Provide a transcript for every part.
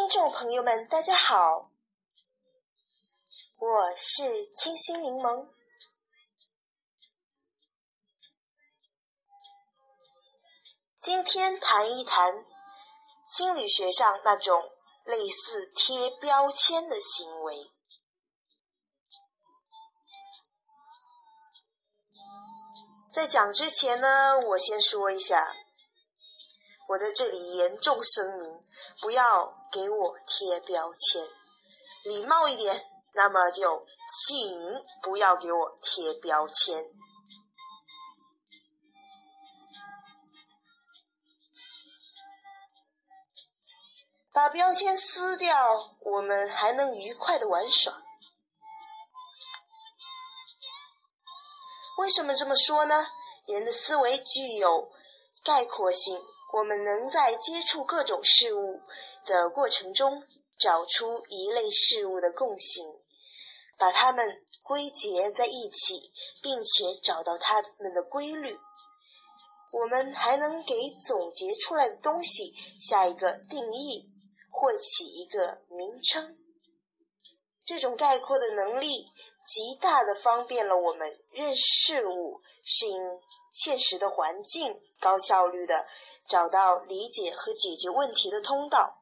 听众朋友们，大家好，我是清新柠檬。今天谈一谈心理学上那种类似贴标签的行为。在讲之前呢，我先说一下，我在这里严重声明，不要给我贴标签，礼貌一点，那么就请不要给我贴标签。把标签撕掉，我们还能愉快地玩耍。为什么这么说呢？人的思维具有概括性，我们能在接触各种事物的过程中找出一类事物的共性，把它们归结在一起，并且找到它们的规律。我们还能给总结出来的东西下一个定义，或起一个名称。这种概括的能力极大地方便了我们认识事物，适应现实的环境，高效率地找到理解和解决问题的通道。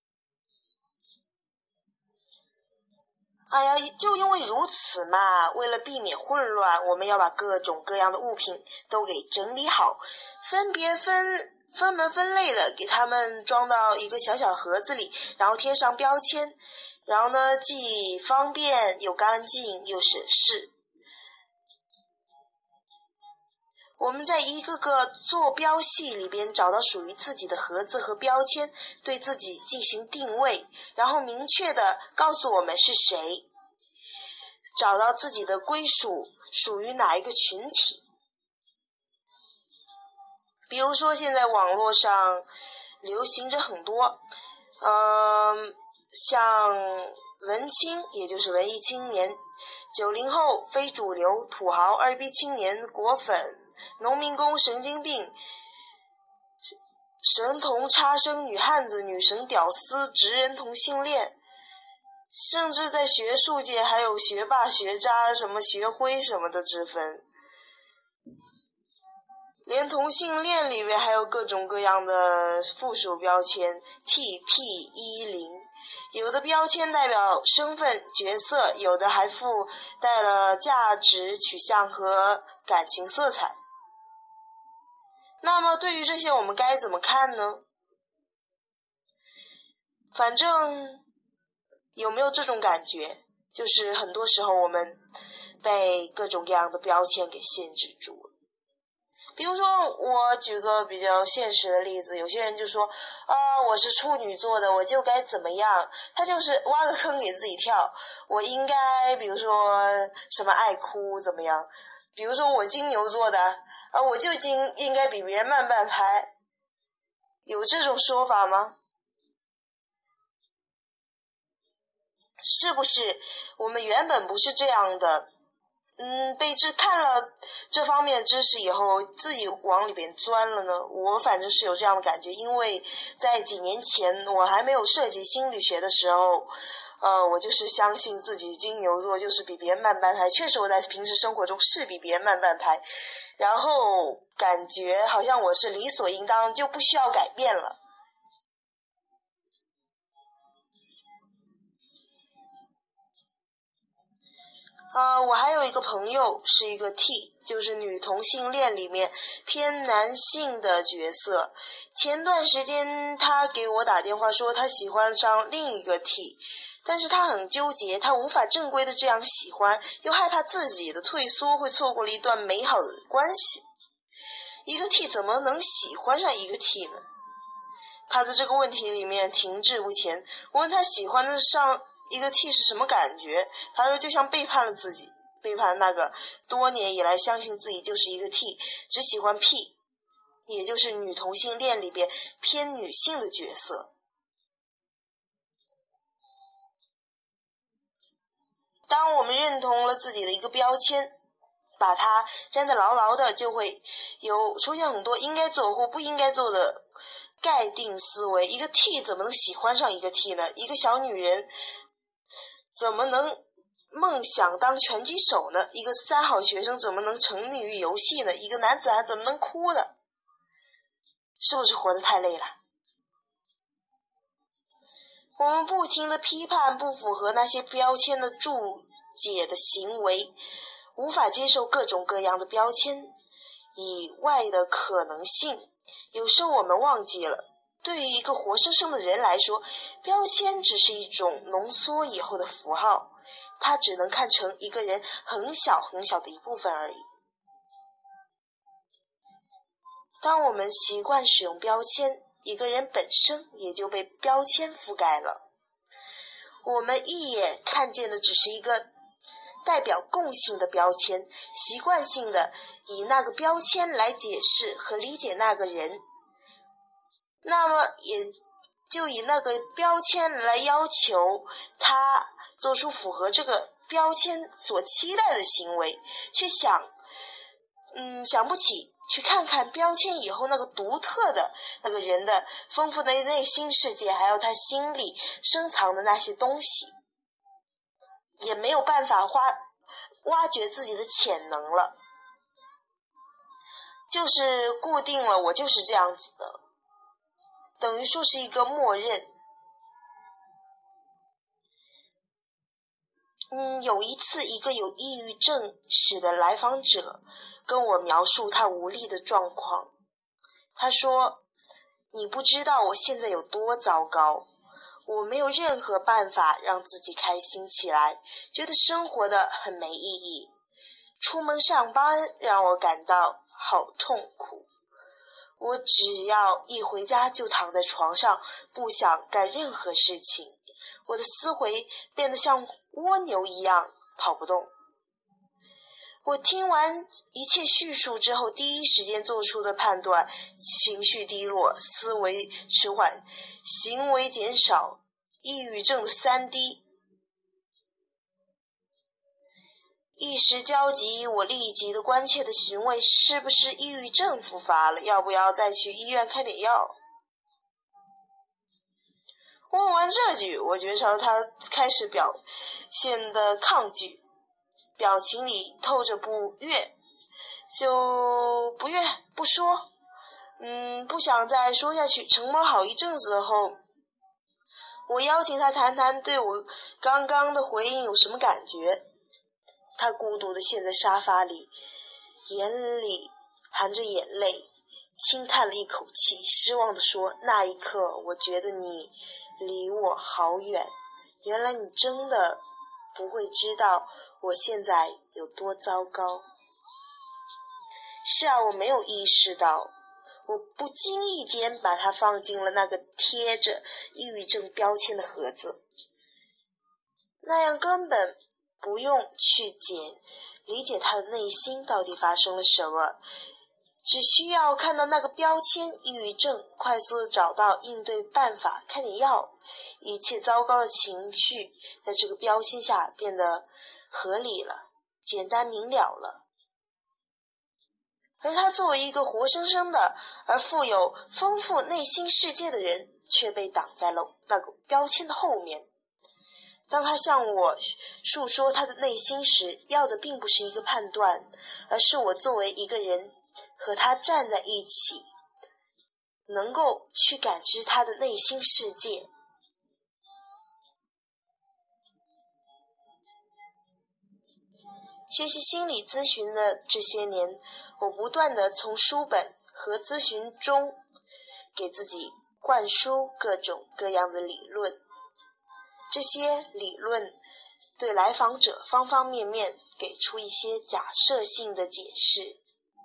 就因为如此嘛，为了避免混乱，我们要把各种各样的物品都给整理好，分门分类的给它们装到一个小小盒子里，然后贴上标签，然后呢，既方便又干净又省事。我们在一个个坐标系里边找到属于自己的盒子和标签，对自己进行定位，然后明确地告诉我们是谁，找到自己的归属，属于哪一个群体。比如说现在网络上流行着很多像文青，也就是文艺青年，90后非主流土豪二逼青年果粉，农民工神经病，神童差生女汉子女神屌丝直人同性恋，甚至在学术界还有学霸学渣什么学辉什么的之分。连同性恋里面还有各种各样的附属标签 TP10， 有的标签代表身份角色，有的还附带了价值取向和感情色彩。那么对于这些我们该怎么看呢？反正有没有这种感觉，就是很多时候我们被各种各样的标签给限制住了。比如说我举个比较现实的例子，有些人就说我是处女座的，我就该怎么样，他就是挖个坑给自己跳，我应该比如说什么爱哭怎么样，比如说我金牛座的我就应该比别人慢半拍，有这种说法吗？是不是我们原本不是这样的，被看了这方面的知识以后自己往里边钻了呢？我反正是有这样的感觉，因为在几年前我还没有涉及心理学的时候，我就是相信自己金牛座就是比别人慢半拍，确实我在平时生活中是比别人慢半拍，然后感觉好像我是理所应当，就不需要改变了。我还有一个朋友是一个 T， 就是女同性恋里面偏男性的角色。前段时间他给我打电话说他喜欢上另一个 T， 但是他很纠结，他无法正规的这样喜欢，又害怕自己的退缩会错过了一段美好的关系。一个 T 怎么能喜欢上一个 T 呢？他在这个问题里面停滞不前。我问他喜欢的上一个 T 是什么感觉，他说就像背叛了自己，背叛那个多年以来相信自己就是一个 T， 只喜欢 P， 也就是女同性恋里边偏女性的角色。当我们认同了自己的一个标签，把它粘得牢牢的，就会出现很多应该做或不应该做的盖定思维，一个 T 怎么能喜欢上一个 T 呢？一个小女人怎么能梦想当拳击手呢？一个3好学生怎么能沉溺于游戏呢？一个男子汉怎么能哭呢？是不是活得太累了？我们不停地批判不符合那些标签的注解的行为，无法接受各种各样的标签以外的可能性。有时候我们忘记了，对于一个活生生的人来说，标签只是一种浓缩以后的符号，它只能看成一个人很小很小的一部分而已。当我们习惯使用标签，一个人本身也就被标签覆盖了。我们一眼看见的只是一个代表共性的标签，习惯性的以那个标签来解释和理解那个人，那么也就以那个标签来要求他做出符合这个标签所期待的行为，却想不起去看看标签以后那个独特的那个人的丰富的内心世界，还有他心里深藏的那些东西，也没有办法挖掘自己的潜能了，就是固定了我就是这样子的，等于说是一个默认。有一次，一个有抑郁症史的来访者跟我描述他无力的状况。他说：“你不知道我现在有多糟糕，我没有任何办法让自己开心起来，觉得生活的很没意义。出门上班让我感到好痛苦。我只要一回家就躺在床上，不想干任何事情。我的思维变得像蜗牛一样跑不动。”我听完一切叙述之后，第一时间做出的判断：情绪低落、思维迟缓、行为减少，抑郁症的3D。一时焦急，我立即的关切的询问是不是抑郁症复发了，要不要再去医院开点药。问完这句，我觉察他开始表现的抗拒，表情里透着不悦，就不悦不说，不想再说下去。沉默了好一阵子后，我邀请他谈谈对我刚刚的回应有什么感觉。他孤独地陷在沙发里，眼里含着眼泪，轻叹了一口气，失望地说：“那一刻，我觉得你离我好远，原来你真的不会知道我现在有多糟糕。”是啊，我没有意识到，我不经意间把它放进了那个贴着抑郁症标签的盒子，那样根本不用去理解他的内心到底发生了什么，只需要看到那个标签抑郁症，快速的找到应对办法，开点药，一切糟糕的情绪在这个标签下变得合理了，简单明了了。而他作为一个活生生的而富有丰富内心世界的人，却被挡在了那个标签的后面。当他向我述说他的内心时，要的并不是一个判断，而是我作为一个人和他站在一起，能够去感知他的内心世界。学习心理咨询的这些年，我不断地从书本和咨询中给自己灌输各种各样的理论，这些理论对来访者方方面面给出一些假设性的解释。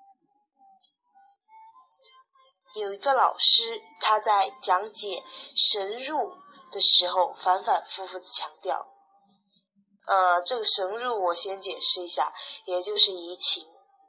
有一个老师，他在讲解神入的时候反反复复地强调，这个神入我先解释一下，也就是移情。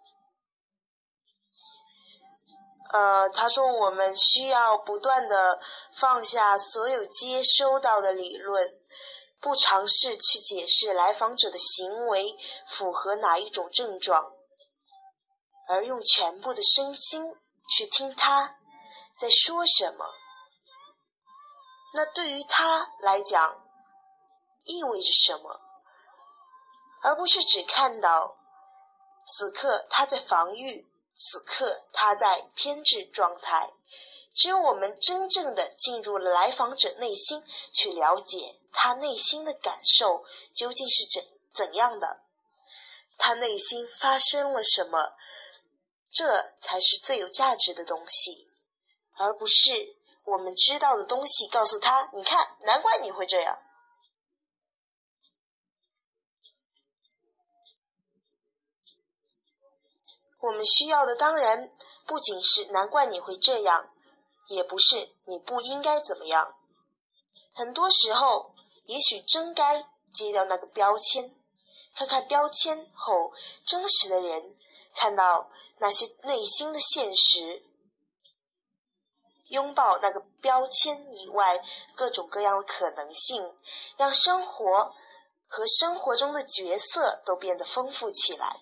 他说我们需要不断地放下所有接收到的理论，不尝试去解释来访者的行为符合哪一种症状，而用全部的身心去听他， 在说什么，那对于他来讲意味着什么，而不是只看到此刻他在防御，此刻他在偏执状态。只有我们真正的进入了来访者内心，去了解他内心的感受究竟是怎样的，他内心发生了什么，这才是最有价值的东西，而不是我们知道的东西告诉他，你看，难怪你会这样。我们需要的当然不仅是难怪你会这样，也不是你不应该怎么样。很多时候也许真该揭掉那个标签，看看标签后真实的人，看到那些内心的现实，拥抱那个标签以外各种各样的可能性，让生活和生活中的角色都变得丰富起来。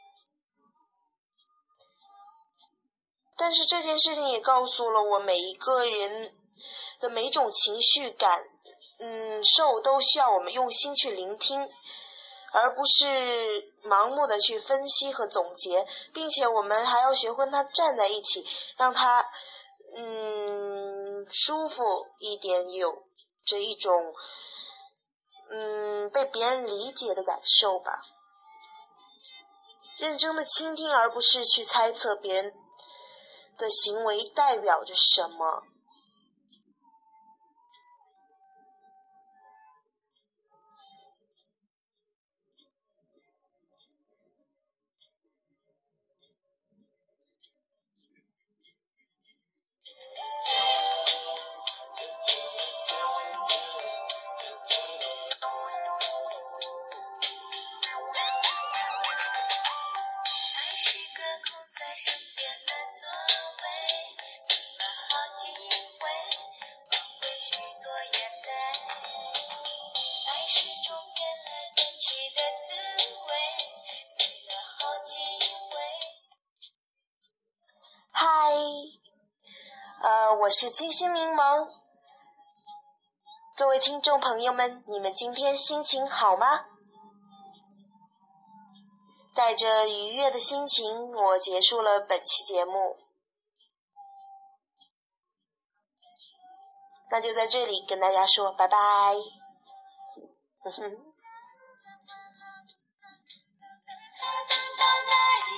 但是这件事情也告诉了我，每一个人的每种情绪感受都需要我们用心去聆听，而不是盲目的去分析和总结，并且我们还要学会他站在一起，让他舒服一点，有这一种被别人理解的感受吧。认真的倾听，而不是去猜测别人的行为代表着什么。嗨，我是金星柠檬。各位听众朋友们，你们今天心情好吗？带着愉悦的心情，我结束了本期节目。那就在这里跟大家说拜拜。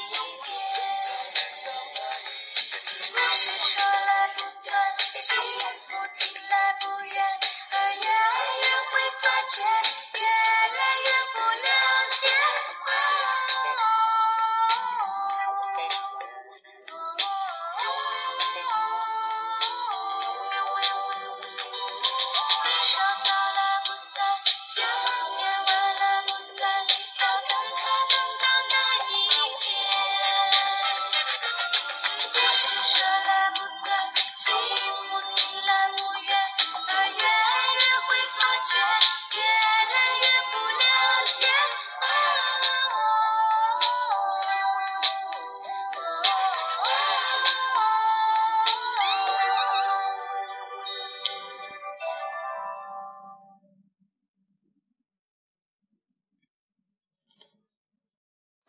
说了不断心